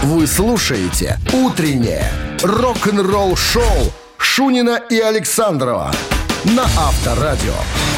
Вы слушаете «Утреннее рок-н-ролл-шоу» Шунина и Александрова на Авторадио.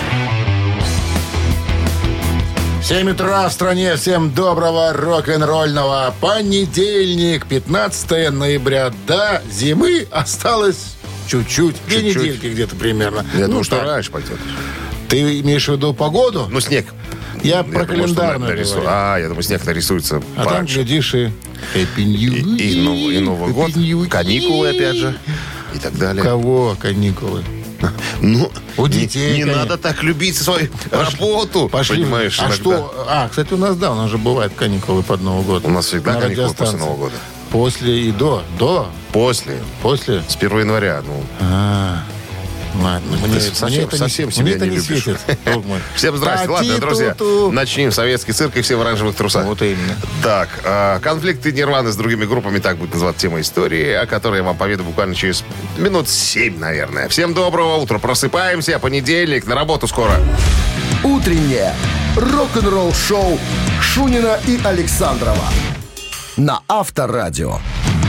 7 утра в стране. Всем доброго рок-н-ролльного. Понедельник, 15 ноября. До зимы осталось чуть-чуть. 2 недельки где-то примерно. Я думаю, что раньше пойдет. Ты имеешь в виду погоду? Ну, снег. Я про календарную говорю. Я думаю, снег нарисуется пораньше. Там, глядишь, и Happy New Year. И Новый год, каникулы, опять же, и так далее. У кого каникулы? Ну, у детей. Не надо так любить свою работу. Пошли. Понимаешь, иногда. Что? Кстати, у нас, у нас же бывают каникулы под Новый год. У нас всегда каникулы после Нового года. После и до? После. С 1 января, Ладно, мне совсем себя не любишь. Светит, друг мой. Всем здрасте. Ладно, друзья, начнем советский цирк и все в оранжевых трусах. Вот именно. Так, конфликты Нирваны с другими группами, так будет называться тема истории, о которой я вам поведу буквально через минут 7, наверное. Всем доброго утра, просыпаемся, понедельник, на работу скоро. Утреннее рок-н-ролл-шоу Шунина и Александрова на Авторадио.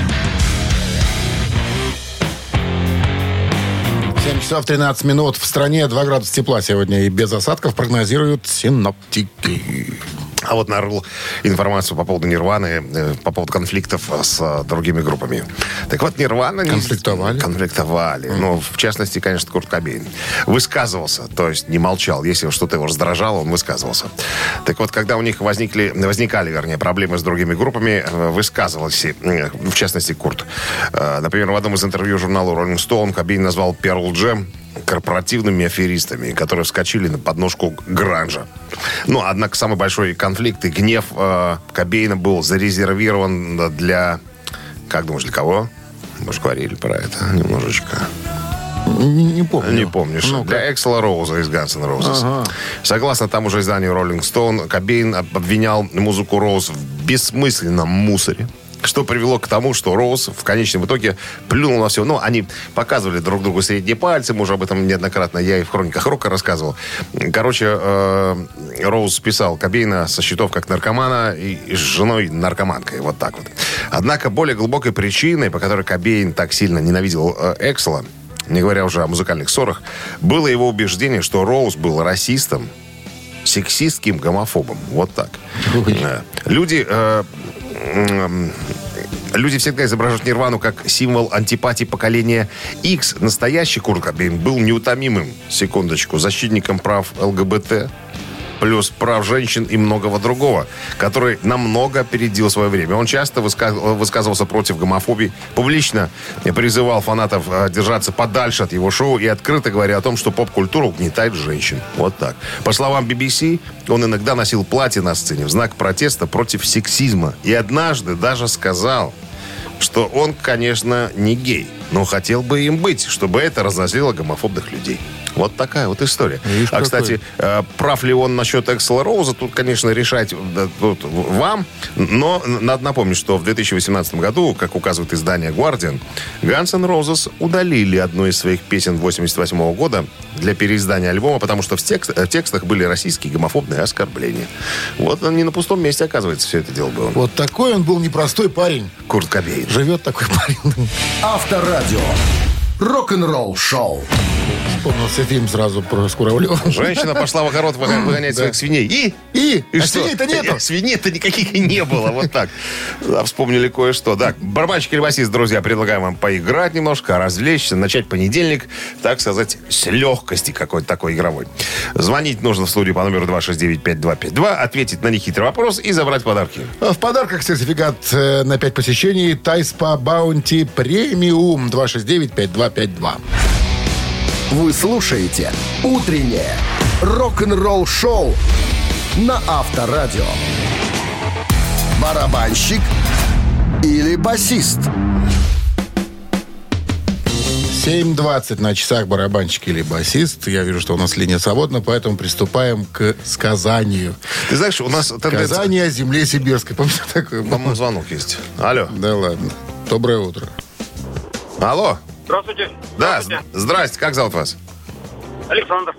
7 часов 13 минут. В стране 2 градуса тепла сегодня и без осадков прогнозируют синоптики. А вот нарыл информацию по поводу Нирваны, по поводу конфликтов с другими группами. Так вот, Нирвана... Конфликтовали. Ну, в частности, конечно, Курт Кобейн высказывался, то есть не молчал. Если что-то его раздражало, он высказывался. Так вот, когда у них возникали проблемы с другими группами, высказывался, в частности, Курт. Например, в одном из интервью журналу Rolling Stone Кобейн назвал Pearl Jam корпоративными аферистами, которые вскочили на подножку гранжа. Ну, однако, самый большой конфликт и гнев Кобейна был зарезервирован для... Как думаешь, для кого? Мы же говорили про это немножечко. Не помню. Не помнишь. Ну-ка. Для Эксела Роуза из Guns N' Roses. Ага. Согласно тому же изданию Rolling Stone, Кобейн обвинял музыку Роуз в бессмысленном мусоре, что привело к тому, что Роуз в конечном итоге плюнул на все. Ну, они показывали друг другу средние пальцы. Мы уже об этом неоднократно, я и в хрониках рока рассказывал. Короче, Роуз списал Кобейна со счетов как наркомана и с женой наркоманкой. Вот так вот. Однако более глубокой причиной, по которой Кобейн так сильно ненавидел Эксела, не говоря уже о музыкальных ссорах, было его убеждение, что Роуз был расистом, сексистским гомофобом. Вот так. Люди всегда изображают Нирвану как символ антипатии поколения X. Настоящий Курт Кобейн был неутомимым, секундочку, защитником прав ЛГБТ, плюс прав женщин и многого другого, который намного опередил свое время. Он часто высказывался против гомофобии, публично призывал фанатов держаться подальше от его шоу и открыто говоря о том, что поп-культура угнетает женщин. Вот так. По словам BBC, он иногда носил платье на сцене в знак протеста против сексизма. И однажды даже сказал, что он, конечно, не гей, но хотел бы им быть, чтобы это разозлило гомофобных людей. Вот такая вот история. Видишь, кстати, прав ли он насчет Эксела Роуза, тут, конечно, решать тут вам. Но надо напомнить, что в 2018 году, как указывает издание Guardian, Guns N' Roses удалили одну из своих песен 1988 года для переиздания альбома, потому что в текстах были российские гомофобные оскорбления. Вот он не на пустом месте, оказывается, все это дело было. Вот такой он был непростой парень. Курт Кобейн. Живет такой парень. Авторадио. Рок-н-ролл шоу. Вспомнился фильм сразу про Скуравлева. Женщина пошла в огород выгонять своих свиней. И а что? свиней-то нету. Свиней-то никаких и не было. Вот так. Вспомнили кое-что. Так, барабанщик или басист, друзья, предлагаем вам поиграть немножко, развлечься, начать понедельник, так сказать, с легкости какой-то такой игровой. Звонить нужно в студию по номеру 269-5252, ответить на нехитрый вопрос и забрать подарки. В подарках сертификат на 5 посещений Тайспа Баунти Премиум 269-5252. Вы слушаете «Утреннее рок-н-ролл-шоу» на Авторадио. Барабанщик или басист? 7:20 на часах. Барабанщик или басист. Я вижу, что у нас линия свободна, поэтому приступаем к сказанию. Ты знаешь, у нас тенденция... Сказание о земле сибирской. Помните такое? По-моему, звонок есть. Алло. Да ладно. Доброе утро. Алло. Здравствуйте. Да, здрасте. Как зовут вас? Александр.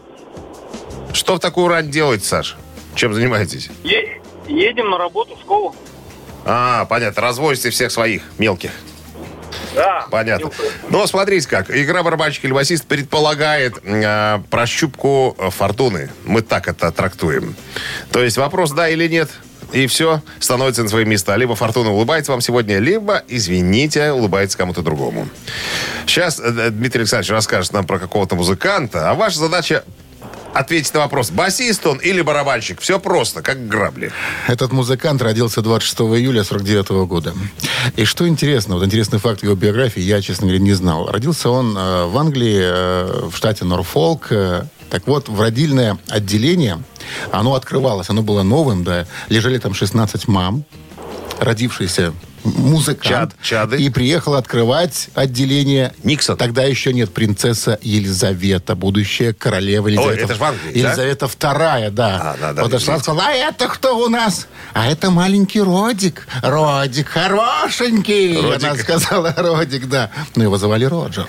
Что в такую рань делаете, Саш? Чем занимаетесь? Едем на работу в школу. Понятно. Развозите всех своих мелких. Да. Понятно. Ну, смотрите как. Игра «Барабанщик или басист» предполагает прощупку фортуны. Мы так это трактуем. То есть вопрос «да» или «нет». И все становится на свои места. Либо фортуна улыбается вам сегодня, либо, извините, улыбается кому-то другому. Сейчас Дмитрий Александрович расскажет нам про какого-то музыканта. А ваша задача ответить на вопрос, басист он или барабанщик. Все просто, как грабли. Этот музыкант родился 26 июля 49 года. И что интересно, вот интересный факт его биографии, я, честно говоря, не знал. Родился он в Англии, в штате Норфолк. Так вот, в родильное отделение, оно открывалось, оно было новым, да. Лежали там 16 мам, родившиеся музыкант. Чады. И приехал открывать отделение. Никсон. Тогда еще нет, принцесса Елизавета, будущая королева Елизавета. Ой, это ж в Англии, Елизавета II, да. Да, Вот она сказала, а это кто у нас? А это маленький Родик. Родик хорошенький. Родик. Она сказала, Родик, да. Но его звали Роджер.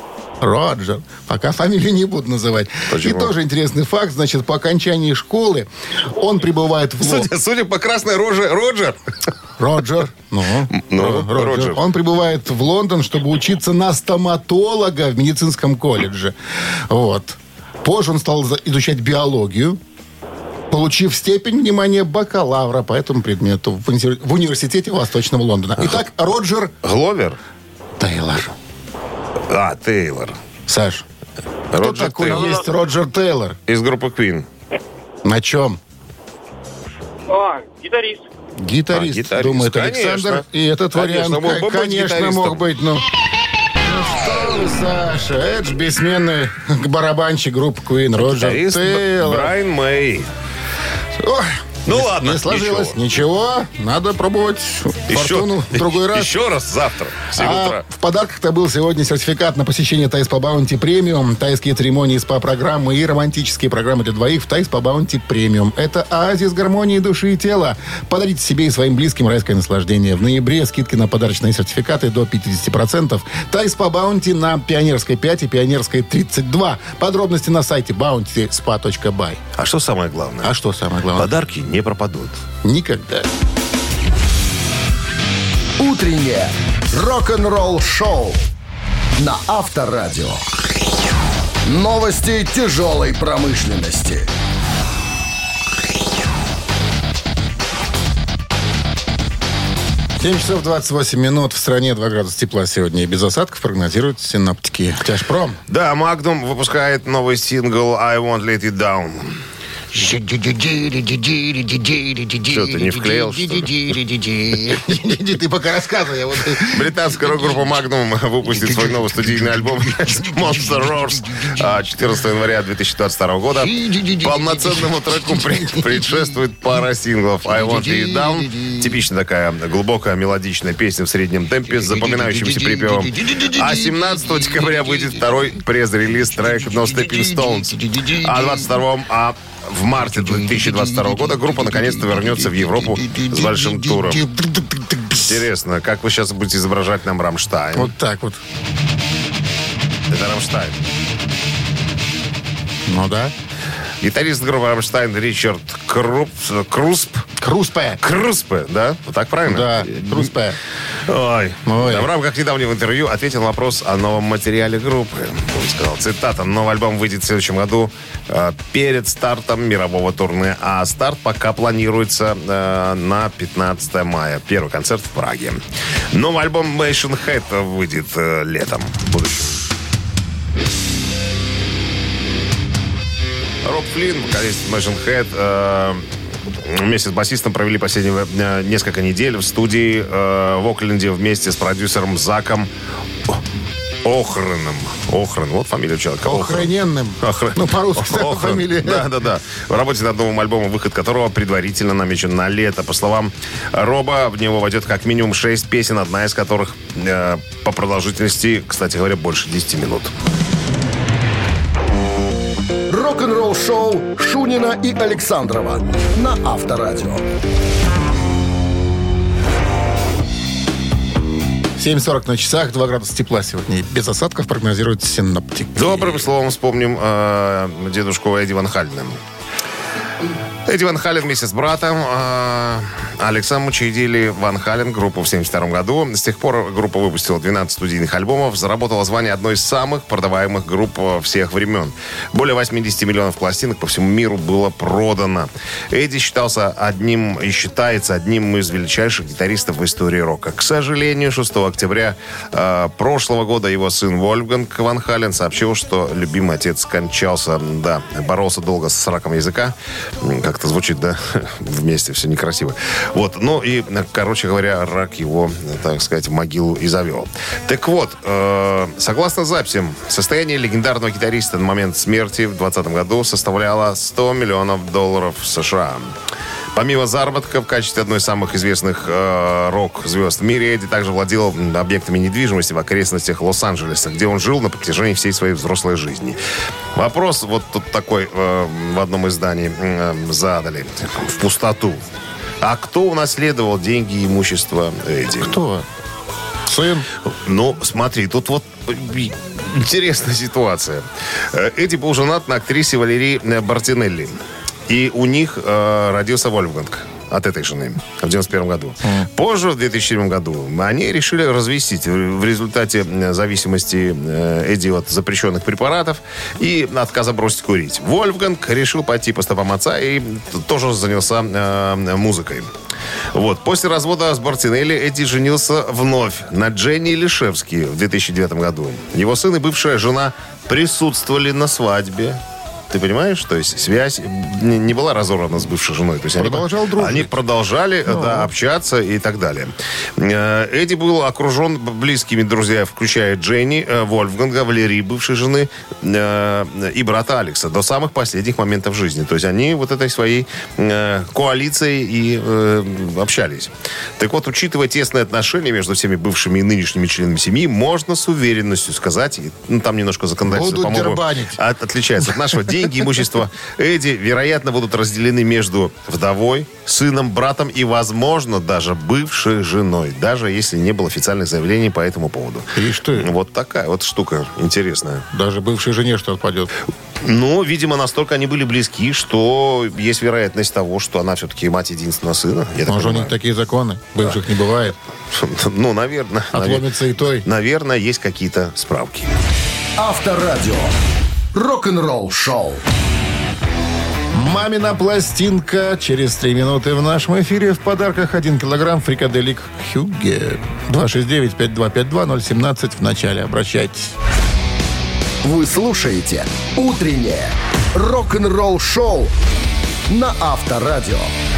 Пока фамилию не буду называть. Почему? И тоже интересный факт. Значит, по окончании школы он прибывает в... Судя по красной роже, Роджер. Роджер. Роджер. Он прибывает в Лондон, чтобы учиться на стоматолога в медицинском колледже. Вот. Позже он стал изучать биологию, получив степень, внимания, бакалавра по этому предмету в университете Восточного Лондона. Итак, Роджер... Гловер? Тейлор. Тейлор. Саш, Роджер кто такой Тейлор. есть Роджер Тейлор? Из группы Queen. На чем? Гитарист. Гитарист, думает конечно. Александр. И этот Конечно, вариант, мог бы быть конечно, гитаристом. мог быть. Ну что вы, Саша, это же бессменный барабанщик группы Queen, Роджер Гитарист Тейлор. Брайан Мэй. Ой, Ну ладно, не сложилось. Ничего. Надо пробовать фортуну в другой раз. Еще раз завтра, в 7 утра. В подарках-то был сегодня сертификат на посещение Тайс по Баунти Премиум, тайские церемонии СПА-программы и романтические программы для двоих в Тайс по Баунти Премиум. Это оазис гармонии души и тела. Подарите себе и своим близким райское наслаждение. В ноябре скидки на подарочные сертификаты до 50%. Тайс по Баунти на Пионерской 5 и Пионерской 32. Подробности на сайте bountyspa.by. А что самое главное? А что самое главное? Подарки не пропадут. Никогда. Утреннее рок-н-ролл-шоу на Авторадио. Новости тяжелой промышленности. 7 часов 28 минут. В стране 2 градуса тепла сегодня. И без осадков прогнозируют синоптики. Тяжпром. Да, Magnum выпускает новый сингл «I Won't Let It Down». Что, ты не вклеил, что ли? Ты пока рассказывай. Британская рок-группа Magnum выпустит свой новый студийный альбом Monster Roars 14 января 2022 года. Полноценному треку предшествует пара синглов «I Want It Down». Типично такая глубокая мелодичная песня в среднем темпе с запоминающимся припевом. А 17 декабря выйдет второй пресс-релиз трек «No Stepping Stones». А 22 в марте 2022 года группа наконец-то вернется в Европу с большим туром. Интересно, как вы сейчас будете изображать нам Рамштайн? Вот так вот. Это Рамштайн. Ну да. Гитарист группы Рамштайн Ричард Круспе, да? Вот так правильно? Да, Круспе. Ой. Да, в рамках недавнего интервью ответил на вопрос о новом материале группы. Он сказал, цитата, новый альбом выйдет в следующем году перед стартом мирового турне, а старт пока планируется на 15 мая. Первый концерт в Праге. Новый альбом Machine Head выйдет летом в будущем. Роб Флинн, вокалист Machine Head, вместе с басистом провели последние несколько недель в студии в Окленде вместе с продюсером Заком Охреном. Вот фамилия человека. Охрененным. Ну, по-русски фамилия. Да. В работе над новым альбомом, выход которого предварительно намечен на лето. По словам Роба, в него войдет как минимум 6 песен, одна из которых по продолжительности, кстати говоря, больше 10 минут. Рок-н-ролл-шоу Шунина и Александрова на Авторадио. 7:40 на часах, 2 градуса тепла сегодня. И без осадков прогнозируют синоптики. Добрым словом вспомним дедушку Эдди Ван Халена. Эдди Ван Хален вместе с братом Александр учредили Ван Хален группу в 1972 году. С тех пор группа выпустила 12 студийных альбомов, заработала звание одной из самых продаваемых групп всех времен. Более 80 миллионов пластинок по всему миру было продано. Эдди считается одним из величайших гитаристов в истории рока. К сожалению, 6 октября прошлого года его сын Вольфганг Ван Хален сообщил, что любимый отец скончался. Да, боролся долго с раком языка. Как-то звучит, да, вместе все некрасиво. Вот, ну и, короче говоря, рак его, так сказать, в могилу и завел. Так вот, согласно записям, состояние легендарного гитариста на момент смерти в 2020 году составляло $100 миллионов США. Помимо заработка в качестве одной из самых известных рок-звезд в мире, Эдди также владел объектами недвижимости в окрестностях Лос-Анджелеса, где он жил на протяжении всей своей взрослой жизни. Вопрос вот тут такой в одном издании задали в пустоту. А кто унаследовал деньги и имущество Эдди? Кто? Сын? Ну, смотри, тут вот интересная ситуация. Эдди был женат на актрисе Валерии Бартинелли. И у них родился Вольфганг от этой жены в 1991 году. Позже, в 2007 году, они решили развестись в результате зависимости Эдди от запрещенных препаратов и отказа бросить курить. Вольфганг решил пойти по стопам отца и тоже занялся музыкой. Вот. После развода с Бартинелли Эдди женился вновь на Дженни Лишевски в 2009 году. Его сын и бывшая жена присутствовали на свадьбе. Ты понимаешь? То есть связь не была разорвана с бывшей женой. То есть они продолжали общаться и так далее. Эдди был окружен близкими друзьями, включая Дженни, Вольфганга, Валерии, бывшей жены, и брата Алекса, до самых последних моментов жизни. То есть они вот этой своей коалицией и общались. Так вот, учитывая тесные отношения между всеми бывшими и нынешними членами семьи, можно с уверенностью сказать, ну, там немножко законодательство, по-моему, отличается от нашего. Деньги, имущество Эдди, вероятно, будут разделены между вдовой, сыном, братом и, возможно, даже бывшей женой, даже если не было официальных заявлений по этому поводу. И что? Вот такая вот штука интересная. Даже бывшей жене что отпадет? Ну, видимо, настолько они были близки, что есть вероятность того, что она все-таки мать единственного сына. Может, у них такие законы? Бывших не бывает? Ну, наверное. Отломится и той. Наверное, есть какие-то справки. Авторадио. Рок-н-ролл шоу. «Мамина пластинка». Через 3 минуты в нашем эфире. В подарках 1 килограмм фрикаделек Хюгге. 269-5252-017 в начале. Обращайтесь. Вы слушаете «Утреннее рок-н-ролл шоу» на Авторадио.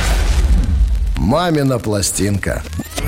«Мамина пластинка».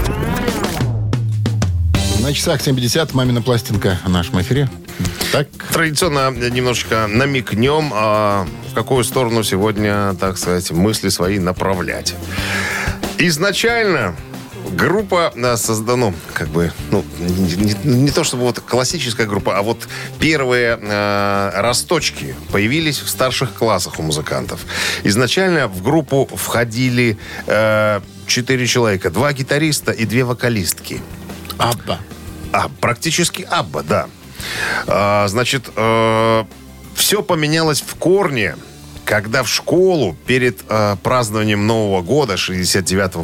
На часах 7:50. «Мамина пластинка» в нашем эфире. Так. Традиционно немножечко намекнем, в какую сторону сегодня, так сказать, мысли свои направлять. Изначально группа создана, как бы, ну, не то чтобы вот классическая группа, а вот первые росточки появились в старших классах у музыкантов. Изначально в группу входили 4 человека, 2 гитариста и 2 вокалистки. Абба. Практически Абба, да. Значит, все поменялось в корне, когда в школу перед празднованием Нового года 69-го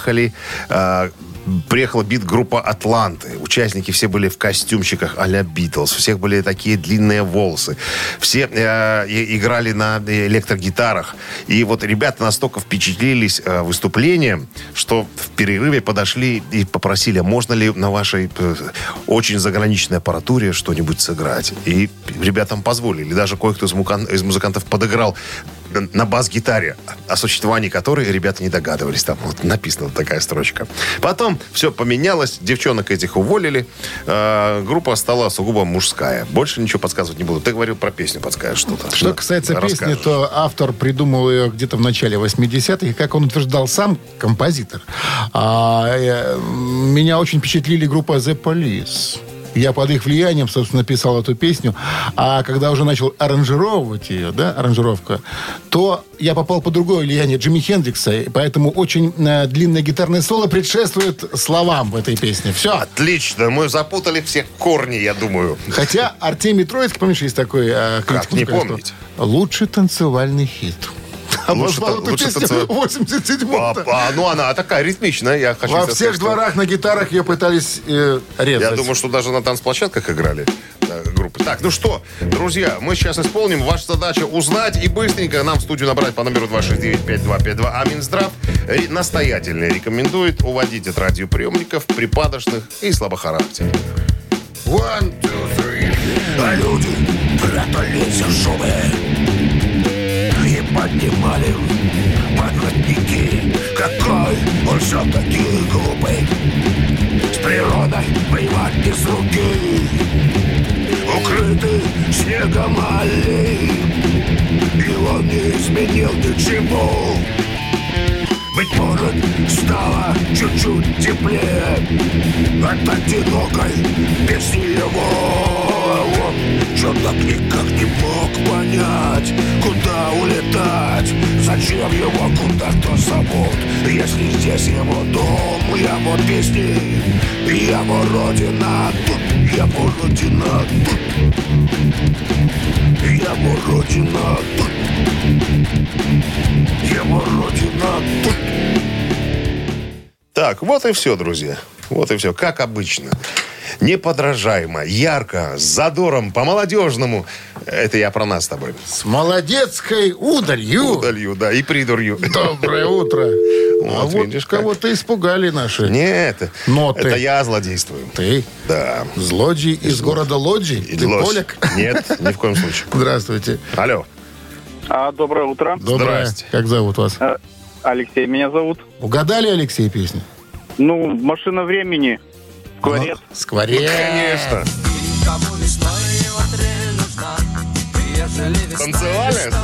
приехала бит-группа «Атланты». Участники все были в костюмчиках а-ля Битлз. У всех были такие длинные волосы. Все играли на электрогитарах. И вот ребята настолько впечатлились выступлением, что в перерыве подошли и попросили, а можно ли на вашей очень заграничной аппаратуре что-нибудь сыграть. И ребятам позволили. Даже кое-кто из музыкантов подыграл на бас-гитаре, о существовании которой ребята не догадывались. Там вот написана такая строчка. Потом все поменялось, девчонок этих уволили, группа стала сугубо мужская. Больше ничего подсказывать не буду. Ты говорил про песню, подскажешь что-то. Что касается песни, то автор придумал ее где-то в начале 80-х, и как он утверждал сам, композитор. Меня очень впечатлили группа The Police. Я под их влиянием, собственно, писал эту песню. А когда уже начал аранжировать ее, да, аранжировка, то я попал под другое влияние Джимми Хендрикса. И поэтому очень длинное гитарное соло предшествует словам в этой песне. Все. Отлично. Мы запутали всех корни, я думаю. Хотя Артемий Троицкий, помнишь, есть такой критик, как не помнить? Лучший танцевальный хит. Обозвал эту песню в 87-м. Ну, она такая ритмичная, я хочу Во сказать, всех дворах на гитарах ее пытались резать. Я думаю, что даже на танцплощадках играли группы. Так, ну что, друзья, мы сейчас исполним. Ваша задача узнать и быстренько нам в студию набрать по номеру 269-5252. А Минздрав настоятельно рекомендует уводить от радиоприемников припадочных и слабохарактерных. 1, 2, 3. А люди прятались в шубы и поднимали воротники. Какой он все-таки глупый, с природой воевать без руки. Укрытый снегом аллей, и он не изменил ни к чему. Быть может, стало чуть-чуть теплее от одинокой песни его. Он что-то никак не мог понять, куда улетать, зачем его куда-то зовут, если здесь его дом, его песни, его родина тут, его родина тут, его родина тут, его родина тут. Так, вот и все, друзья. Вот и все, как обычно. Неподражаемо, ярко, с задором, по-молодежному. Это я про нас с тобой. С молодецкой удалью. Удалью, да, и придурью. Доброе утро. Вот, вот видишь, кого-то испугали наши. Нет, ноты. Это я злодействую. Ты? Да. Злодей из города Лоджи? Ты поляк? Нет, ни в коем случае. Здравствуйте. Алло. Доброе утро. Доброе. Здрасте. Как зовут вас? Алексей меня зовут. Угадали, Алексей, песню? Ну, «Машина времени». Скворец. Скворец. Конечно. Танцевали?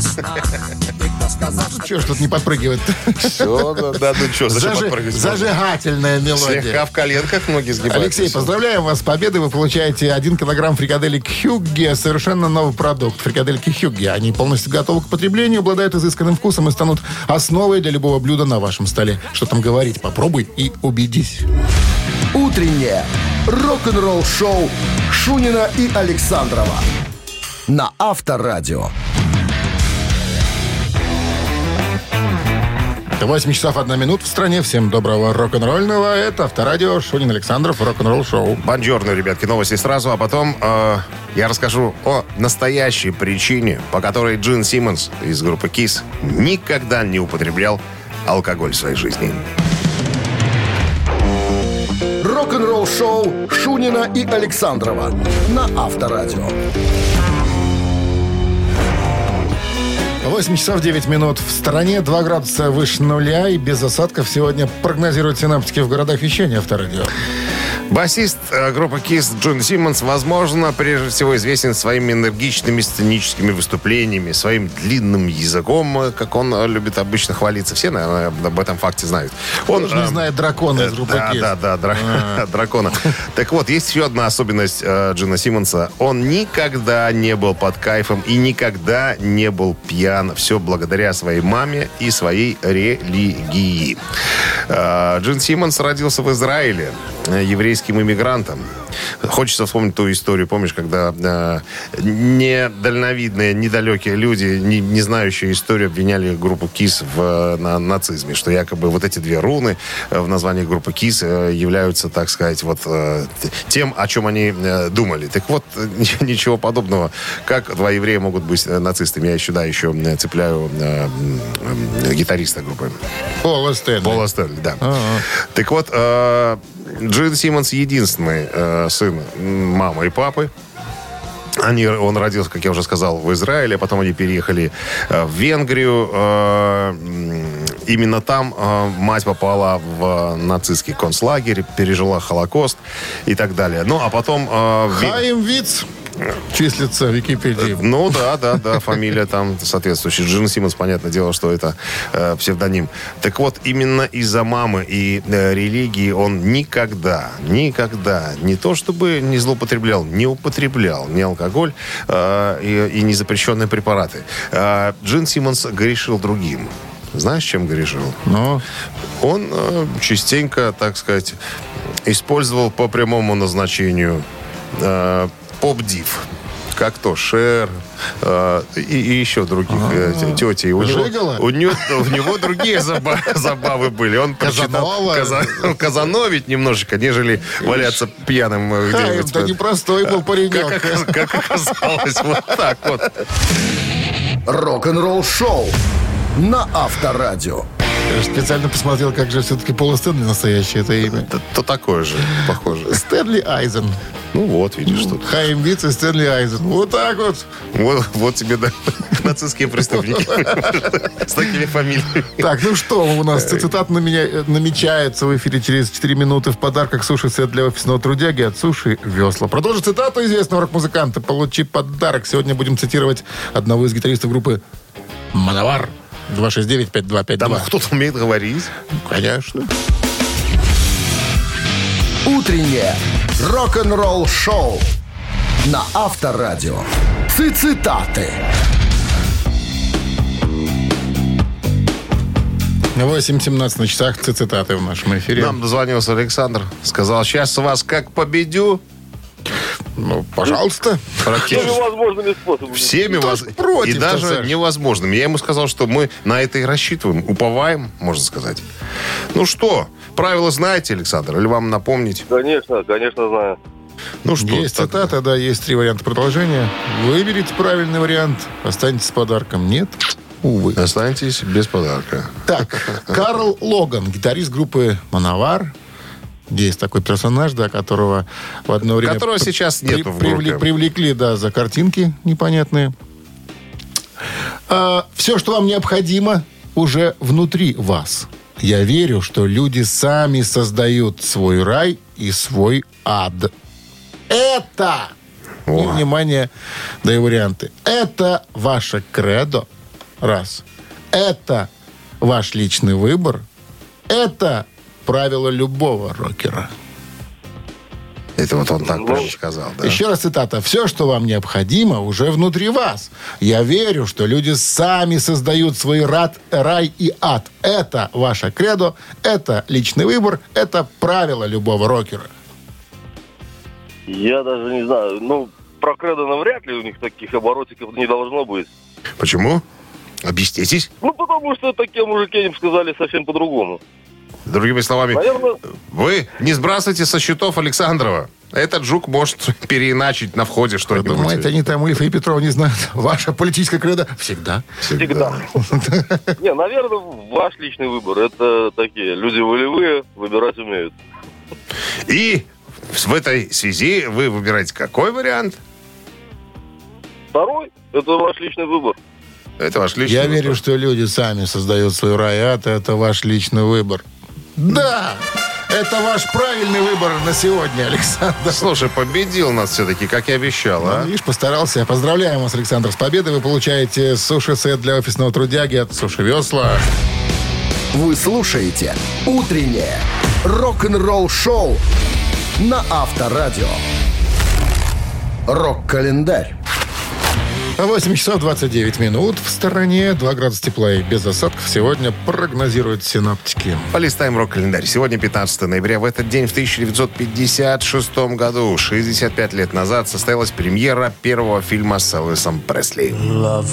Чего ж тут не подпрыгивать-то? Все, да, ну что, зачем подпрыгивать? Зажигательная мелодия. Слегка в коленках ноги сгибаются. Алексей, поздравляем вас с победой. Вы получаете 1 килограмм фрикаделек Хюгге. Совершенно новый продукт. Фрикадельки Хюгге. Они полностью готовы к потреблению, обладают изысканным вкусом и станут основой для любого блюда на вашем столе. Что там говорить? Попробуй и убедись. Утреннее рок-н-ролл-шоу Шунина и Александрова на Авторадио. 8 часов 1 минута в стране. Всем доброго рок-н-ролльного. Это Авторадио, Шунин, Александров, рок-н-ролл шоу. Бонжорно, ребятки, новости сразу, а потом я расскажу о настоящей причине, по которой Джин Симмонс из группы Kiss никогда не употреблял алкоголь в своей жизни. Рок-н-ролл-шоу Шунина и Александрова на Авторадио. 8 часов 9 минут в стороне, 2 градуса выше нуля и без осадков сегодня прогнозируют синаптики в городах вещания Авторадио. Басист группы Kiss Джин Симмонс, возможно, прежде всего известен своими энергичными сценическими выступлениями, своим длинным языком, как он любит обычно хвалиться. Все, наверное, об этом факте знают. Он не знает дракона из группы Kiss. Да, дракона. Так вот, есть еще одна особенность Джина Симмонса. Он никогда не был под кайфом и никогда не был пьян. Все благодаря своей маме и своей религии. Джин Симмонс родился в Израиле еврейским иммигрантом. Хочется вспомнить ту историю, помнишь, когда недальновидные, недалекие люди, не знающие историю, обвиняли группу Kiss в нацизме, что якобы вот эти две руны в названии группы Kiss являются, так сказать, вот тем, о чем они думали. Так вот, ничего подобного. Как два еврея могут быть нацистами? Я еще цепляю гитариста группы. Пола Стэнли, да. Так вот, Джин Симмонс единственный сын мамы и папы. Он родился, как я уже сказал, в Израиле, потом они переехали в Венгрию. Именно там мать попала в нацистский концлагерь, пережила Холокост и так далее. Ну, а потом... Хаим Виц числится в Википедии. Ну, да, фамилия там соответствующая. Джин Симмонс, понятное дело, что это псевдоним. Так вот, именно из-за мамы и религии он никогда не то чтобы не злоупотреблял, не употреблял ни алкоголь и не запрещенные препараты. Джин Симмонс грешил другим. Знаешь, чем грешил? Ну? Он частенько, так сказать, использовал по прямому назначению поп-див. как то Шер и еще других тети. У него другие забавы были. Он предпочитал казановить немножечко, нежели валяться пьяным где-нибудь. Да непростой был паренек. Как оказалось, вот так вот. Рок-н-ролл шоу на Авторадио. Я специально посмотрел, как же все-таки Пола Стэнли настоящее это имя. То такое же, похоже. Стэнли Айзен. Ну вот, видишь, что. Хайм Виц и Стэнли Айзен. Вот так вот. Вот тебе, да, нацистские преступники. С такими фамилиями. Так, ну что у нас? Цитат намечается в эфире через 4 минуты. В подарках суши-сет для офисного трудяги от Суши Весла. Продолжи цитату известного рок-музыканта. Получи подарок. Сегодня будем цитировать одного из гитаристов группы «Мановар». 269-5252. Там кто-то умеет говорить. Конечно. Утреннее рок-н-ролл шоу на Авторадио. Цитаты. 8:17 на часах. Цитаты в нашем эфире. Нам дозвонился Александр. Сказал, сейчас вас как победю. Ну, пожалуйста. Практически. Всеми возможными способами. Всеми возможными. И даже Саш. невозможными. Я ему сказал, что мы на это и рассчитываем. Уповаем, можно сказать. Ну что, правила знаете, Александр? Или вам напомнить? Конечно знаю. Ну что, Есть так- цитата, да, есть 3 варианта продолжения. Выберите правильный вариант, останетесь с подарком. Нет? Увы. Останетесь без подарка. Так, Карл Логан, гитарист группы «Мановар». Есть такой персонаж, да, которого в одно время... Которого сейчас нету в группе. Привлекли, да, за картинки непонятные. Все, что вам необходимо, уже внутри вас. Я верю, что люди сами создают свой рай и свой ад. Это, и, внимание, даю варианты. Это ваше кредо. Раз. Это ваш личный выбор. Это правило любого рокера. Это вот он так прямо сказал, да? Еще раз цитата. Все, что вам необходимо, уже внутри вас. Я верю, что люди сами создают свой рай и ад. Это ваше кредо, это личный выбор, это правило любого рокера. Я даже не знаю. Ну, про кредо навряд ли у них таких оборотиков не должно быть. Почему? Объяснитесь. Ну, потому что такие мужики им сказали совсем по-другому. Другими словами, Наверное, вы не сбрасывайте со счетов Александрова. Этот жук может переиначить на входе Вы что-нибудь. думаете, они там Ильфа и Петров не знают? Ваша политическая кредо всегда. всегда. Не, наверное, ваш личный выбор. Это такие люди волевые, выбирать умеют. И в этой связи вы выбираете какой вариант? Второй, это ваш личный выбор. Это ваш личный Я выбор. верю, что люди сами создают свой рай и ад, это ваш личный выбор. Да! Это ваш правильный выбор на сегодня, Александр. Слушай, победил нас все-таки, как и обещал, Ну, а? видишь, постарался. Поздравляем вас, Александр, с победой. Вы получаете суши-сет для офисного трудяги от Суши Весла. Вы слушаете «Утреннее рок-н-ролл-шоу» на Авторадио. Рок-календарь. 8 часов 29 минут. В стороне 2 градуса тепла и без осадков сегодня прогнозируют синоптики. Полистаем рок-календарь. Сегодня 15 ноября. В этот день, в 1956 году, 65 лет назад, состоялась премьера первого фильма с Элвисом Пресли. Love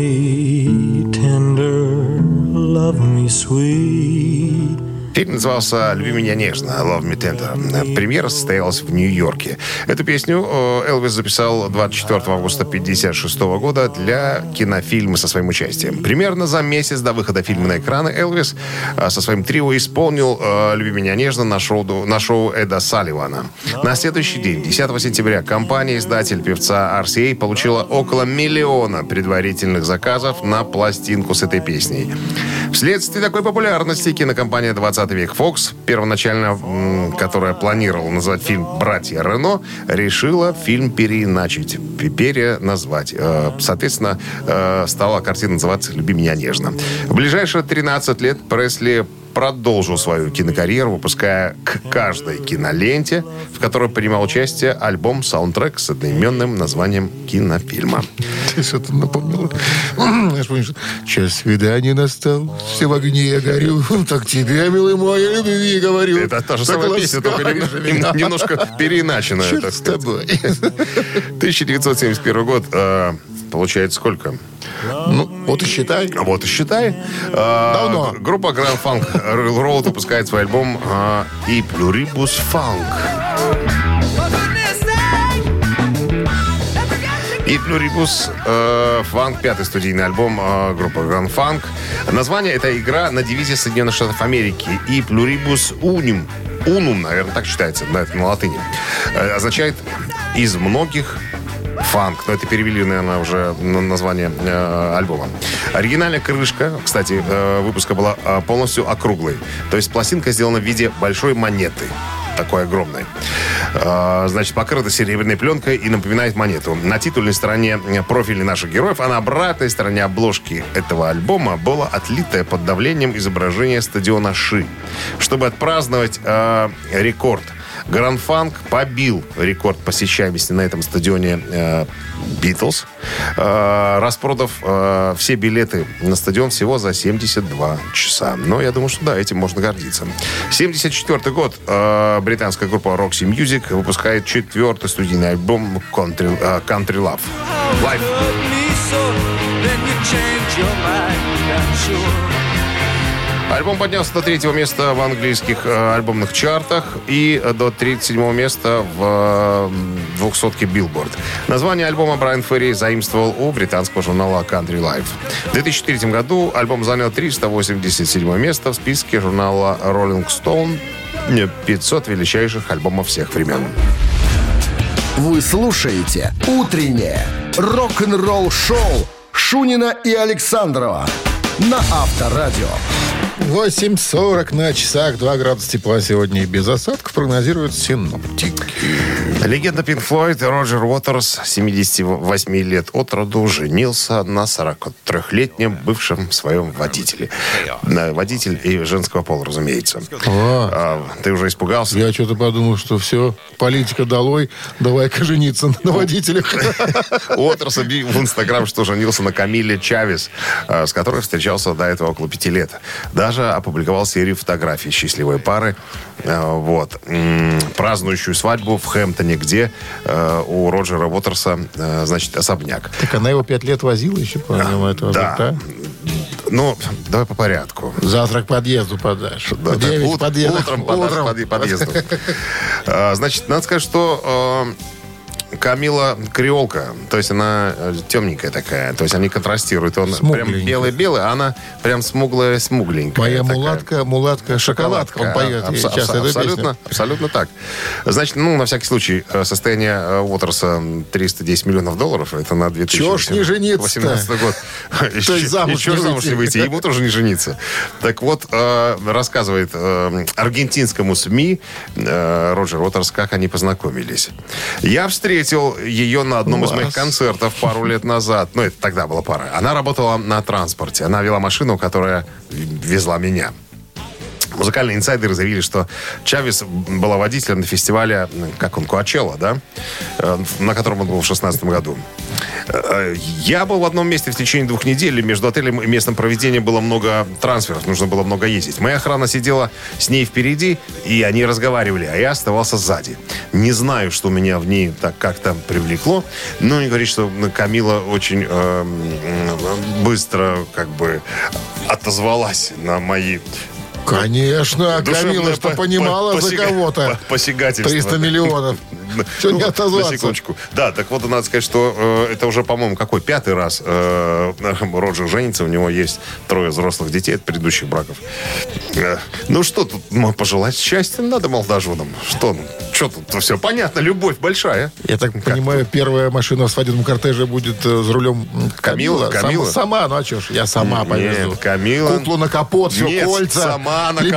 me tender, love me sweet. Фильм назывался «Люби меня нежно», «Love Me Tender». Премьера состоялась в Нью-Йорке. Эту песню Элвис записал 24 августа 1956 года для кинофильма со своим участием. Примерно за месяц до выхода фильма на экраны Элвис со своим трио исполнил «Люби меня нежно» на шоу Эда Салливана. На следующий день, 10 сентября, компания-издатель певца RCA получила около 1 миллиона предварительных заказов на пластинку с этой песней. Вследствие такой популярности кинокомпания «20 век Fox», первоначально, которая планировала назвать фильм «Братья Рено», решила фильм переиначить, переназвать. Соответственно, стала картина называться «Люби меня нежно». В ближайшие 13 лет Пресли продолжил свою кинокарьеру, выпуская к каждой киноленте, в которой принимал участие, альбом-саундтрек с одноименным названием кинофильма. Ты что-то напомнил. Знаешь, помнишь, час свидания настал, все в огне я горю, так тебе, милый мой, я любви говорю. Это та же самая песня, только немножко переиначенная. Черт с тобой. 1971 год. Получается сколько? Ну, вот и считай. Вот и считай. Давно. Группа Grand Funk Railroad выпускает свой альбом «И Pluribus Funk». И Pluribus Funk, пятый студийный альбом группы Grand Funk. Название — это игра на девизе Соединенных Штатов Америки. И Pluribus Unum. Unum, наверное, так читается на латыни. Означает «из многих». Фанк, но это перевели, наверное, уже название альбома. Оригинальная крышка, кстати, выпуска была полностью округлой. То есть пластинка сделана в виде большой монеты. Такой огромной. Значит, покрыта серебряной пленкой и напоминает монету. На титульной стороне профили наших героев, а на обратной стороне обложки этого альбома было отлитое под давлением изображение стадиона Ши. Чтобы отпраздновать рекорд, Grand Funk побил рекорд посещаемости на этом стадионе Beatles, распродав все билеты на стадион всего за 72 часа. Но я думаю, что да, этим можно гордиться. 1974 год. Британская группа Roxy Music выпускает 4-й студийный альбом Country Love. Live. Альбом поднялся до 3-го места в английских альбомных чартах и до 37-го места в 200-ке Billboard. Название альбома Брайан Ферри заимствовал у британского журнала Country Life. В 2003 году альбом занял 387 место в списке журнала Rolling Stone 500 величайших альбомов всех времен. Вы слушаете «Утреннее рок-н-ролл-шоу» Шунина и Александрова на Авторадио. 8:40 на часах, 2 градуса тепла сегодня и без осадков прогнозируют синоптики. Легенда Pink Floyd Роджер Уотерс, 78 лет от роду, женился на 43-летнем бывшем своем водителе. Водитель и женского пола, разумеется. Ты уже испугался? Я что-то подумал, что все, политика долой, давай-ка жениться на водителях. Уотерс объявил в Инстаграм, что женился на Камиле Чавес, с которой встречался до этого около 5 лет. Даже опубликовал серию фотографий счастливой пары. Вот. Празднующую свадьбу в Хэмптоне, где у Роджера Уотерса, значит, особняк. Так она его 5 лет возила еще, помимо этого. Да. Ну, давай по порядку. Завтра к подъезду подашь. Да, утром подашь подъезду. Значит, надо сказать, что Камила креолка, то есть она темненькая такая, то есть они контрастируют. Он прям белый-белый, а она прям смуглая-смугленькая. Моя мулатка, шоколадка. Он поет сейчас эту песню. Абсолютно так. Значит, ну, на всякий случай, состояние Уотерса $310 миллионов, это на 2018 год. Еще замуж не выйти, ему тоже не жениться. Так вот, рассказывает аргентинскому СМИ Роджер Уотерс, как они познакомились. Я встретил ее на одном из моих концертов пару лет назад. Ну, это тогда была пара. Она работала на транспорте. Она вела машину, которая везла меня. Музыкальные инсайдеры заявили, что Чавес была водителем на фестивале, как он, Коачелла, да? На котором он был в 2016 году. Я был в одном месте в течение 2 недель. Между отелем и местным проведением было много трансферов. Нужно было много ездить. Моя охрана сидела с ней впереди, и они разговаривали, а я оставался сзади. Не знаю, что меня в ней так как-то привлекло, но не говорит, что Камила очень быстро как бы отозвалась на мои... Конечно, Камила, что понимала за кого-то. Посягательство. 300 миллионов. Что не отозваться? На секундочку. Да, так вот, надо сказать, что это уже, по-моему, 5-й раз Роджер женится. У него есть 3 взрослых детей от предыдущих браков. Ну, что тут пожелать счастья надо молодоженам? Что тут все понятно, любовь большая. Я так понимаю, первая машина в свадебном кортеже будет с рулем Камила. Сама, ну а что ж, я сама повезу. Нет, Камила. Куклу на капот, все, кольца. Сама на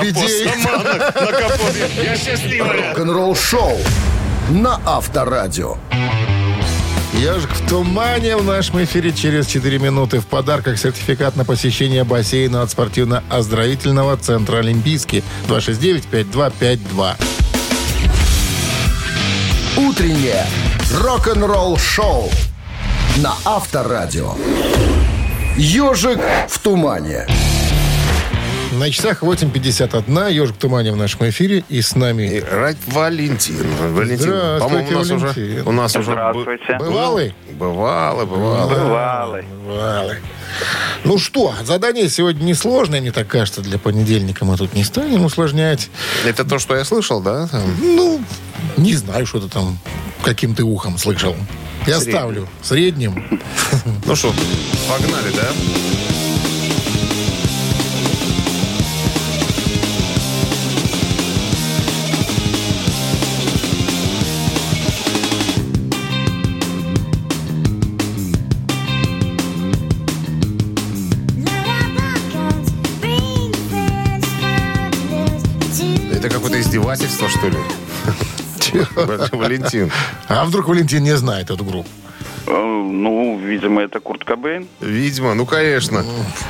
капот. Я счастливая. Рок-н-ролл шоу на Авторадио. Ежик в тумане в нашем эфире через 4 минуты. В подарках сертификат на посещение бассейна от спортивно-оздоровительного центра «Олимпийский». 269-5252. Утреннее рок-н-ролл-шоу на Авторадио. «Ежик в тумане». На часах 8:51. «Ежик в тумане» в нашем эфире. И с нами... Валентин. Здравствуйте, по-моему, Валентин. у нас уже Здравствуйте. Бывалый? Бывалый. Ну что, задание сегодня несложное, мне так кажется, для понедельника. Мы тут не станем усложнять. Это то, что я слышал, да? Ну, не знаю, что ты там каким ты ухом слышал. Я Средним. ставлю средним. Ну что, погнали, да? Это какое-то издевательство, что ли? Валентин. А вдруг Валентин не знает эту группу? Ну, видимо, это Курт Кобейн. Видимо, ну, конечно.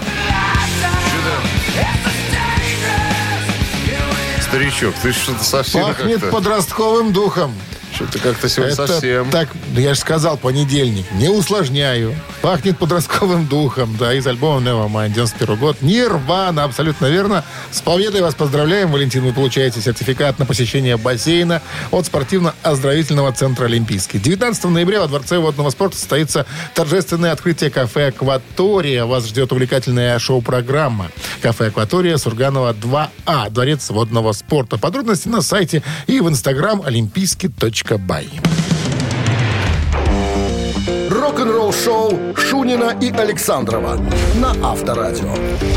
Старичок, ты что-то совсем Пахнет как-то... подростковым духом. Что-то как-то сегодня Это совсем... так, я же сказал, понедельник. Не усложняю. Пахнет подростковым духом. Да, из альбома Nevermind, 91 год. Нирвана, абсолютно верно. С победой вас поздравляем, Валентин. Вы получаете сертификат на посещение бассейна от спортивно-оздоровительного центра «Олимпийский». 19 ноября во Дворце водного спорта состоится торжественное открытие кафе «Акватория». Вас ждет увлекательная шоу-программа. Кафе «Акватория», Сурганова 2А. Дворец водного спорта. Подробности на сайте и в инстаграм олимпийский.бай. Рок-н-ролл-шоу Шунина и Александрова на Авторадио.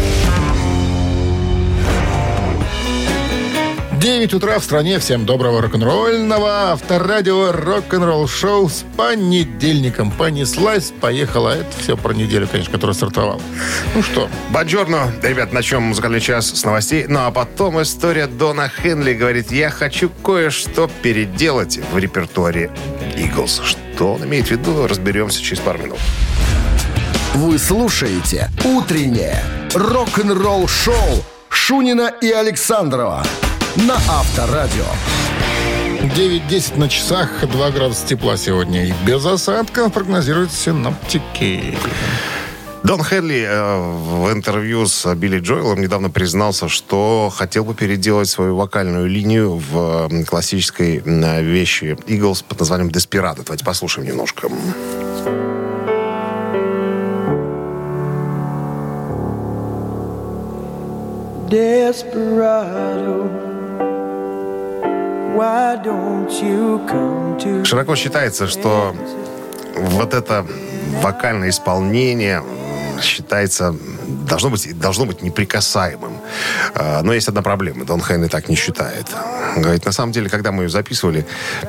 9 утра в стране. Всем доброго рок-н-ролльного. Авторадио рок-н-ролл-шоу с понедельником. Понеслась, поехала. Это все про неделю, конечно, которая стартовала. Ну что? Бонжорно. Ребят, начнем музыкальный час с новостей. Ну, а потом история Дона Хенли. Говорит, я хочу кое-что переделать в репертуаре Eagles. Что он имеет в виду, разберемся через пару минут. Вы слушаете «Утреннее рок-н-ролл-шоу» Шунина и Александрова на Авторадио. 9:10 на часах, 2 градуса тепла сегодня. И без осадков прогнозируют синоптики. Дон Хенли в интервью с Билли Джоэлом недавно признался, что хотел бы переделать свою вокальную линию в классической вещи Eagles под названием «Desperado». Давайте послушаем немножко. Desperado, why don't you come to... Широко считается, что вот это вокальное исполнение считается, должно быть неприкасаемым. Но есть одна проблема. Дон Хенли так не считает. Говорит, на самом деле, когда мы ее записывали,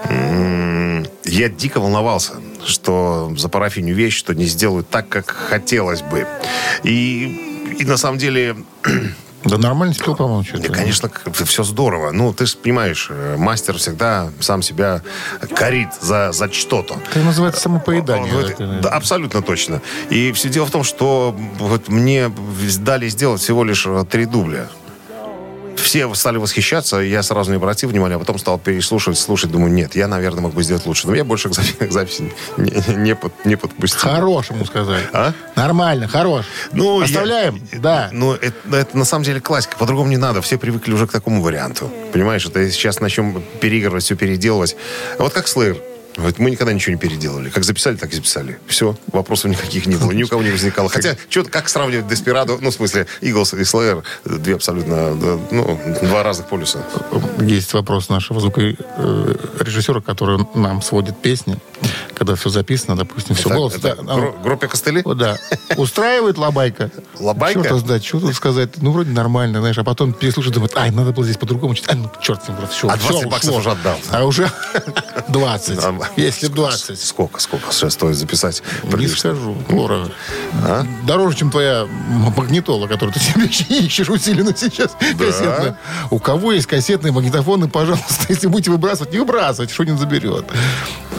я дико волновался, что запарафиню вещь, что не сделают так, как хотелось бы. И на самом деле... Да нормально спел, по-моему, что-то. Да, конечно, все здорово. Ну, ты же понимаешь, мастер всегда сам себя корит за что-то. Это называется самопоедание. Да, абсолютно точно. И все дело в том, что вот мне дали сделать всего лишь 3 дубля. Все стали восхищаться, я сразу не обратил внимания, а потом стал слушать, думаю, нет, я, наверное, мог бы сделать лучше. Но я больше к записи не подпустил. Хорош ему сказали. А? Нормально, хорош. Ну, оставляем? Да. Ну, это на самом деле классика. По-другому не надо. Все привыкли уже к такому варианту. Понимаешь, это сейчас начнем переигрывать, все переделывать. А вот как Slayer. Вот мы никогда ничего не переделали. Как записали, так и записали. Все, вопросов никаких не было, ни у кого не возникало. Хотя, как сравнивать Desperado, ну, в смысле, Eagles и Slayer, 2 абсолютно, 2 разных полюса. Есть вопрос нашего звукорежиссера, который нам сводит песни, когда все записано, допустим, все голос. Группе Костыли? Да. Устраивает лабайка. Лабайка? Что-то сдать, что тут сказать. Ну, вроде нормально, знаешь, а потом переслушать, думает, надо было здесь по-другому. Ну, черт с ним, все. А 20 баксов уже отдал. А уже 20. Если 20. Сколько сейчас стоит записать? Не скажу. Дорого. Дороже, чем твоя магнитола, которую ты себе ищешь усиленно сейчас. Да. Кассетная. У кого есть кассетные магнитофоны, пожалуйста, если будете выбрасывать, не выбрасывайте, Шунин заберет.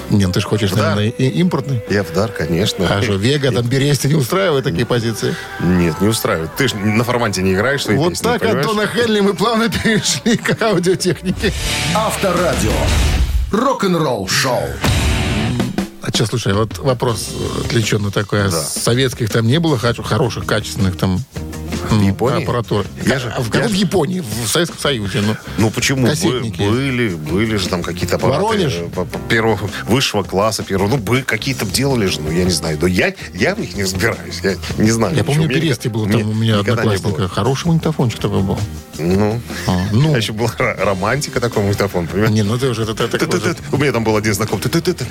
Нет, ты же хочешь, наверное, импортный. Я в дар, конечно. А что, Вега, там, Бересте не устраивает такие позиции? Нет, не устраивает. Ты же на формате не играешь свои Вот песни, так от понимаешь? Дона Хенли мы плавно перешли к аудиотехнике. Авторадио. Рок-н-ролл шоу. А что, слушай, вот вопрос отвлеченный такой. А советских там не было хороших, качественных там Японии? аппаратуры? В Японии, в Советском Союзе. Ну почему? Кассетники. Были же там какие-то аппараты. Воронеж? Первого, высшего класса, первого. Ну, какие-то делали же, я не знаю. Но я в них не разбираюсь. Я не знаю. Я помню, в Бересте был там у меня одноклассника. Хороший магнитофончик такой был. А еще была романтика такой магнитофон, понимаешь? Не, ну ты уже... У меня там был один знакомый.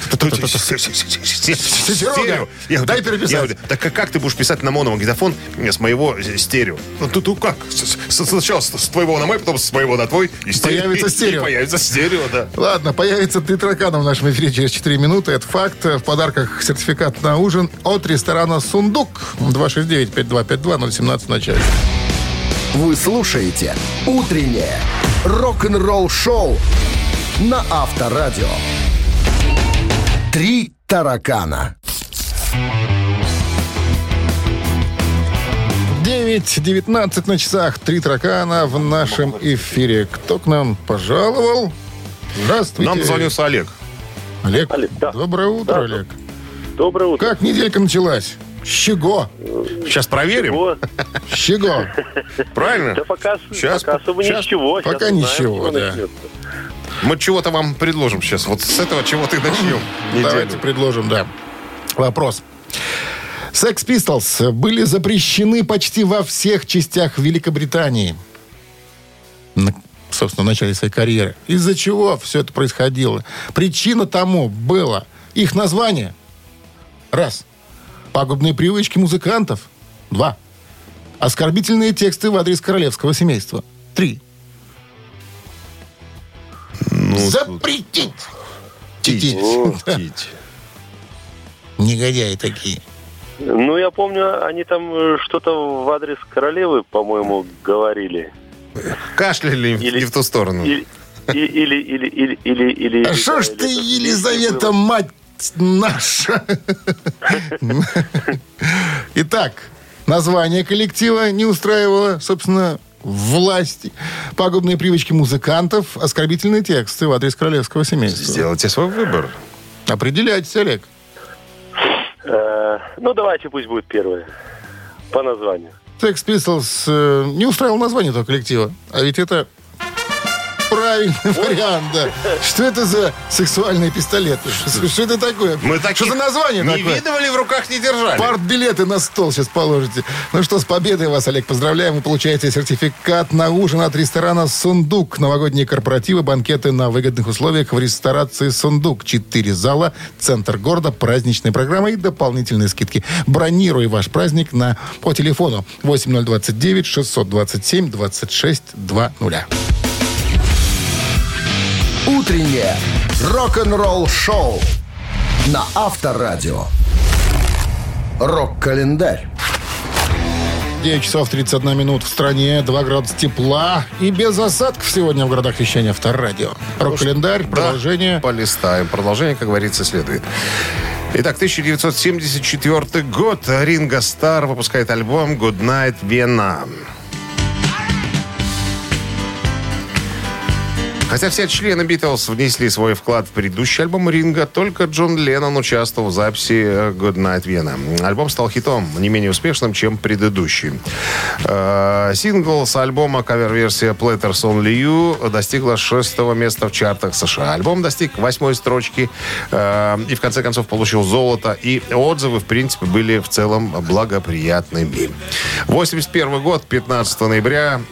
Серега, дай переписать. Так как ты будешь писать на мономагнитофон с моего стерео? Ну, ты как? Сначала с твоего на мой, потом с моего на твой. Появится стерео. Появится стерео, да. Ладно, появится 3 таракана в нашем эфире через 4 минуты. Это факт. В подарках сертификат на ужин от ресторана «Сундук». 269-5252-017 в начале. Вы слушаете «Утреннее рок-н-ролл-шоу» на Авторадио. 3 таракана. 9:19 на часах. 3 таракана в нашем эфире. Кто к нам пожаловал? Здравствуйте. Нам дозвонился Олег. Олег, Да. Доброе утро, Олег. Доброе утро. Как неделька началась? С чего? Сейчас проверим. С чего? Правильно? Да пока Сейчас, особо ничего. пока Сейчас узнаем, ничего, что да. начнется. Мы чего-то вам предложим сейчас. Вот с этого чего-то и начнем. Давайте предложим, да. Вопрос. Sex Pistols были запрещены почти во всех частях Великобритании. Собственно, в начале своей карьеры. Из-за чего все это происходило? Причина тому было их название. 1. Пагубные привычки музыкантов. 2. Оскорбительные тексты в адрес королевского семейства. 3. Запретить! Тить. Негодяи такие. Ну, я помню, они там что-то в адрес королевы, по-моему, говорили. Кашляли не в ту сторону. Или... А что ж ты, Елизавета, мать наша? Итак, название коллектива не устраивало, собственно, власти. Пагубные привычки музыкантов, оскорбительные тексты в адрес королевского семейства. Сделайте свой выбор. Определяйтесь, Олег. Ну, давайте пусть будет первое. По названию. Sex Pistols не устраивал название этого коллектива. А ведь это правильный вариант, да. Что это за сексуальные пистолеты? Что это такое? Мы таких Что за название не такое? видывали, в руках не держали. Партбилеты на стол сейчас положите. Ну что, с победой вас, Олег, поздравляем. Вы получаете сертификат на ужин от ресторана «Сундук». Новогодние корпоративы, банкеты на выгодных условиях в ресторации «Сундук». 4 зала, центр города, праздничная программа и дополнительные скидки. Бронируй ваш праздник по телефону 8029 627 26 20. Утреннее рок-н-ролл-шоу на Авторадио. Рок-календарь. 9 часов 31 минут в стране, 2 градуса тепла и без осадков сегодня в городах вещания Авторадио. Рок-календарь, продолжение. Да, полистаем. Продолжение, как говорится, следует. Итак, 1974 год. Ринго Старр выпускает альбом «Good Night, Vienna». Хотя все члены Битлз внесли свой вклад в предыдущий альбом Ринга, только Джон Леннон участвовал в записи «Good Night, Vienna». Альбом стал хитом, не менее успешным, чем предыдущий. Сингл с альбома, кавер-версия «Platters Only You» достигла 6-го места в чартах США. Альбом достиг 8-й строчки и в конце концов получил золото. И отзывы, в принципе, были в целом благоприятными. 81 год, 15 ноября...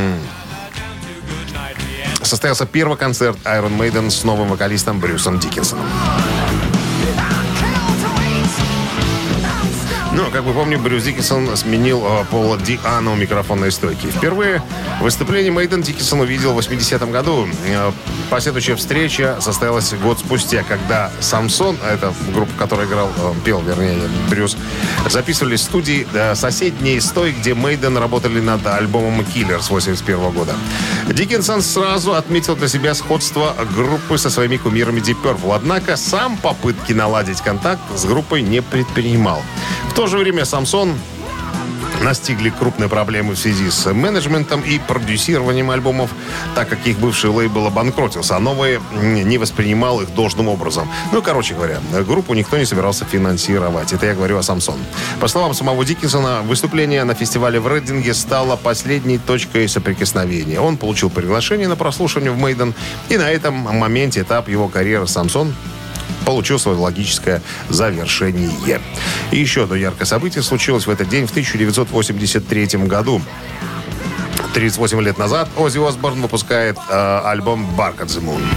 состоялся первый концерт Iron Maiden с новым вокалистом Брюсом Диккенсоном. Ну, как вы помните, Брюс Диккенсон сменил Пола Ди'Анно у микрофонной стойки. Впервые выступление Мейден Диккенсон увидел в 80-м году. Последующая встреча состоялась год спустя, когда Самсон, это группа, в которой пел Брюс, записывались в студии соседней с той, где Мейден работали над альбомом «Killer» с 81 года. Диккенсон сразу отметил для себя сходство группы со своими кумирами Deep Purple, однако сам попытки наладить контакт с группой не предпринимал. В то же время Самсон настигли крупные проблемы в связи с менеджментом и продюсированием альбомов, так как их бывший лейбл обанкротился, а новый не воспринимал их должным образом. Ну, короче говоря, группу никто не собирался финансировать. Это я говорю о Самсон. По словам самого Диккенсона, выступление на фестивале в Рейдинге стало последней точкой соприкосновения. Он получил приглашение на прослушивание в Мейден, и на этом моменте этап его карьеры Самсон получил свое логическое завершение. И еще одно яркое событие случилось в этот день в 1983 году. 38 лет назад Оззи Осборн выпускает альбом «Bark at the Moon».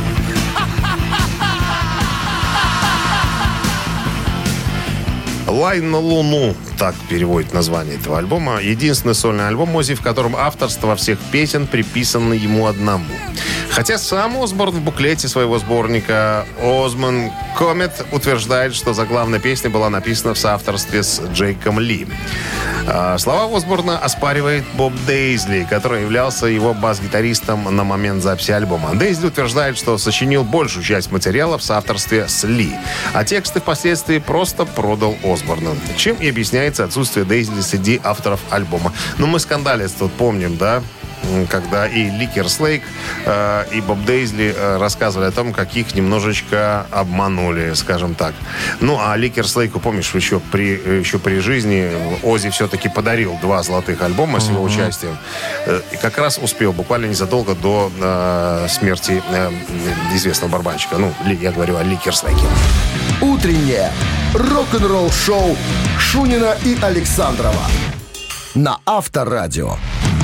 «Лайн на Луну», так переводит название этого альбома. Единственный сольный альбом Оззи, в котором авторство всех песен приписано ему одному. Хотя сам Осборн в буклете своего сборника «Озман Комет» утверждает, что заглавная песня была написана в соавторстве с Джейком Ли. Слова Осборна оспаривает Боб Дейзли, который являлся его бас-гитаристом на момент записи альбома. Дейзли утверждает, что сочинил большую часть материала в соавторстве с Ли, а тексты впоследствии просто продал Осборну, чем и объясняется отсутствие Дейзли среди авторов альбома. Но мы скандалец тут помним, да? Когда и Ли Керслейк, и Боб Дейзли рассказывали о том, как их немножечко обманули, скажем так. Ну, а Ли Керслейку, помнишь, еще при жизни Оззи все-таки подарил 2 золотых альбома с его участием. И как раз успел, буквально незадолго до смерти известного барабанщика. Ну, я говорю о Ли Керслейке. Утреннее рок-н-ролл-шоу Шунина и Александрова на Авторадио.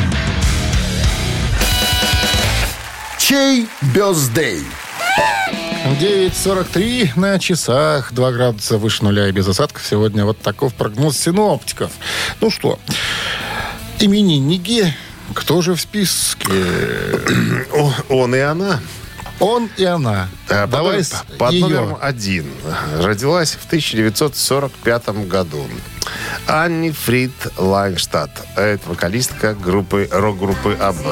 Чей бёздей? 9:43 на часах, 2 градуса выше нуля и без осадков. Сегодня вот таков прогноз синоптиков. Ну что, именинники, кто же в списке? Он и она. Он и она. Давай под ее. номером 1. Родилась в 1945 году. Анни Фрид Лайнштадт. Это вокалистка рок-группы Абба.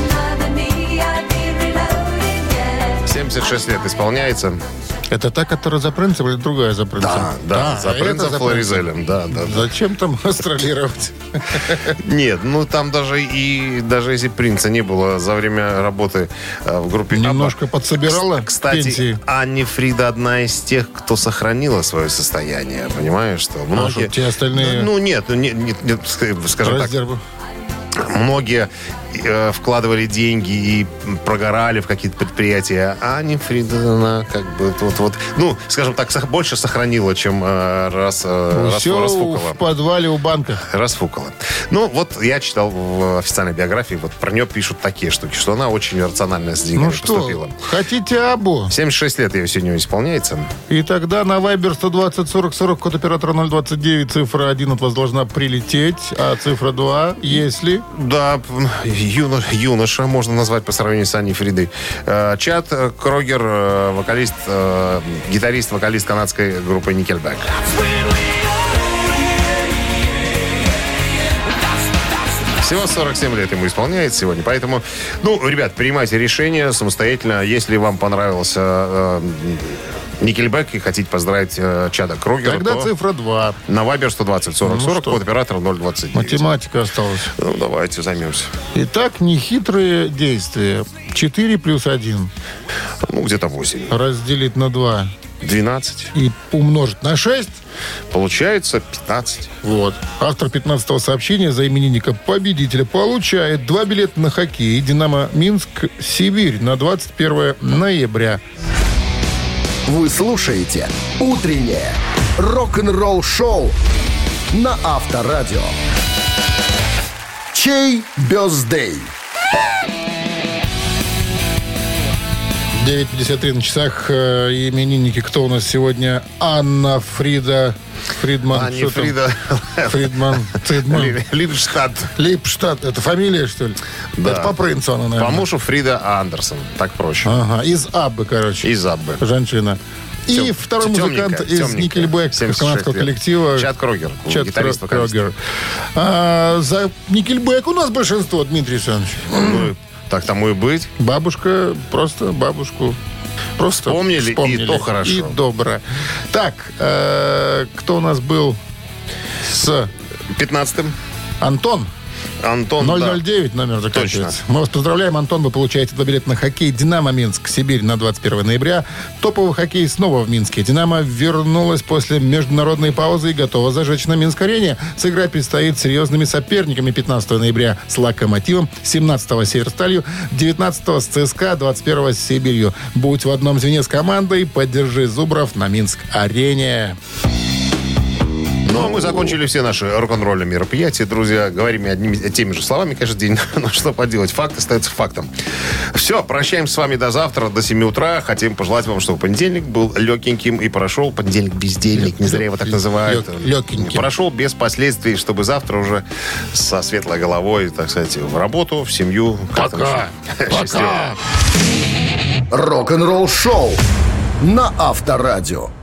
76 лет исполняется. Это та, которая за принцем или другая за принцем? Да, за принцем Флоризелем. Да. Зачем там гастролировать? Нет, ну там даже если принца не было за время работы в группе немножко подсобирала. Кстати, пенсии. Анни Фрида одна из тех, кто сохранила свое состояние. Понимаешь, что многие... те остальные... Нет, скажем так. Многие вкладывали деньги и прогорали в какие-то предприятия. А Анни Фрид, она как бы скажем так, больше сохранила, чем расфукала. В подвале у банка. Расфукала. Ну, вот я читал в официальной биографии, вот про нее пишут такие штуки, что она очень рационально с деньгами поступила. Хотите Абу? 76 лет ей сегодня исполняется. И тогда на Viber 120 40 40, код оператора 029, цифра 1 от вас должна прилететь, а цифра 2, если... Да, юноша, можно назвать по сравнению с Анни Фридой. Чад Крогер, гитарист-вокалист канадской группы Nickelback. Всего 47 лет ему исполняется сегодня. Поэтому, ребят, принимайте решение самостоятельно. Если вам понравился Nickelback и хотите поздравить Чада Крогера, тогда то цифра 2. На Viber 120 40 40, код оператора 029. Математика осталась. Давайте займемся. Итак, нехитрые действия. 4 плюс 1. Где-то 8. Разделить на 2. 12. И умножить на 6. Получается 15. Вот. Автор 15-го сообщения за именинника победителя получает 2 билета на хоккей «Динамо Минск» Сибирь на 21 ноября. Вы слушаете «Утреннее рок-н-ролл-шоу» на Авторадио. Чей бёздей? 9:53 на часах. Именинники. Кто у нас сегодня? Анна, Фрида, Фридман. А, не Фрида. Фридман. Липштадт. Это фамилия, что ли? Да. Это по принцу она, наверное. По мужу Фрида Андерсон. Так проще. Ага. Из Аббы, короче. Из Аббы. Женщина. И второй музыкант из Никельбэк, канадского коллектива. Чад Крогер. Гитарист, Крогер. За Никельбэк у нас большинство, Дмитрий Александрович. Ну, так тому и быть. Бабушка, просто бабушку. Просто вспомнили, и то хорошо. И добро. Так, кто у нас был с 15-м? Антон. 009 номер заканчивается. Мы вас поздравляем, Антон. Вы получаете 2 билета на хоккей «Динамо Минск» Сибирь на 21 ноября. Топовый хоккей снова в Минске. «Динамо» вернулась после международной паузы и готова зажечь на Минск-арене. Сыграть предстоит с серьезными соперниками 15 ноября с «Локомотивом», 17-го с «Северсталью», 19-го с ЦСКА, 21-го с «Сибирью». Будь в одном звене с командой, поддержи «Зубров» на Минск-арене. Ну, а мы закончили все наши рок-н-ролльные мероприятия, друзья. Говорим теми же словами каждый день. Но что поделать, факт остается фактом. Все, прощаемся с вами до завтра, до 7 утра. Хотим пожелать вам, чтобы понедельник был легеньким и прошел. Понедельник-бездельник, не зря его так называют. Легеньким. Прошел без последствий, чтобы завтра уже со светлой головой, так сказать, в работу, в семью. Пока. Пока. Рок-н-ролл шоу на Авторадио.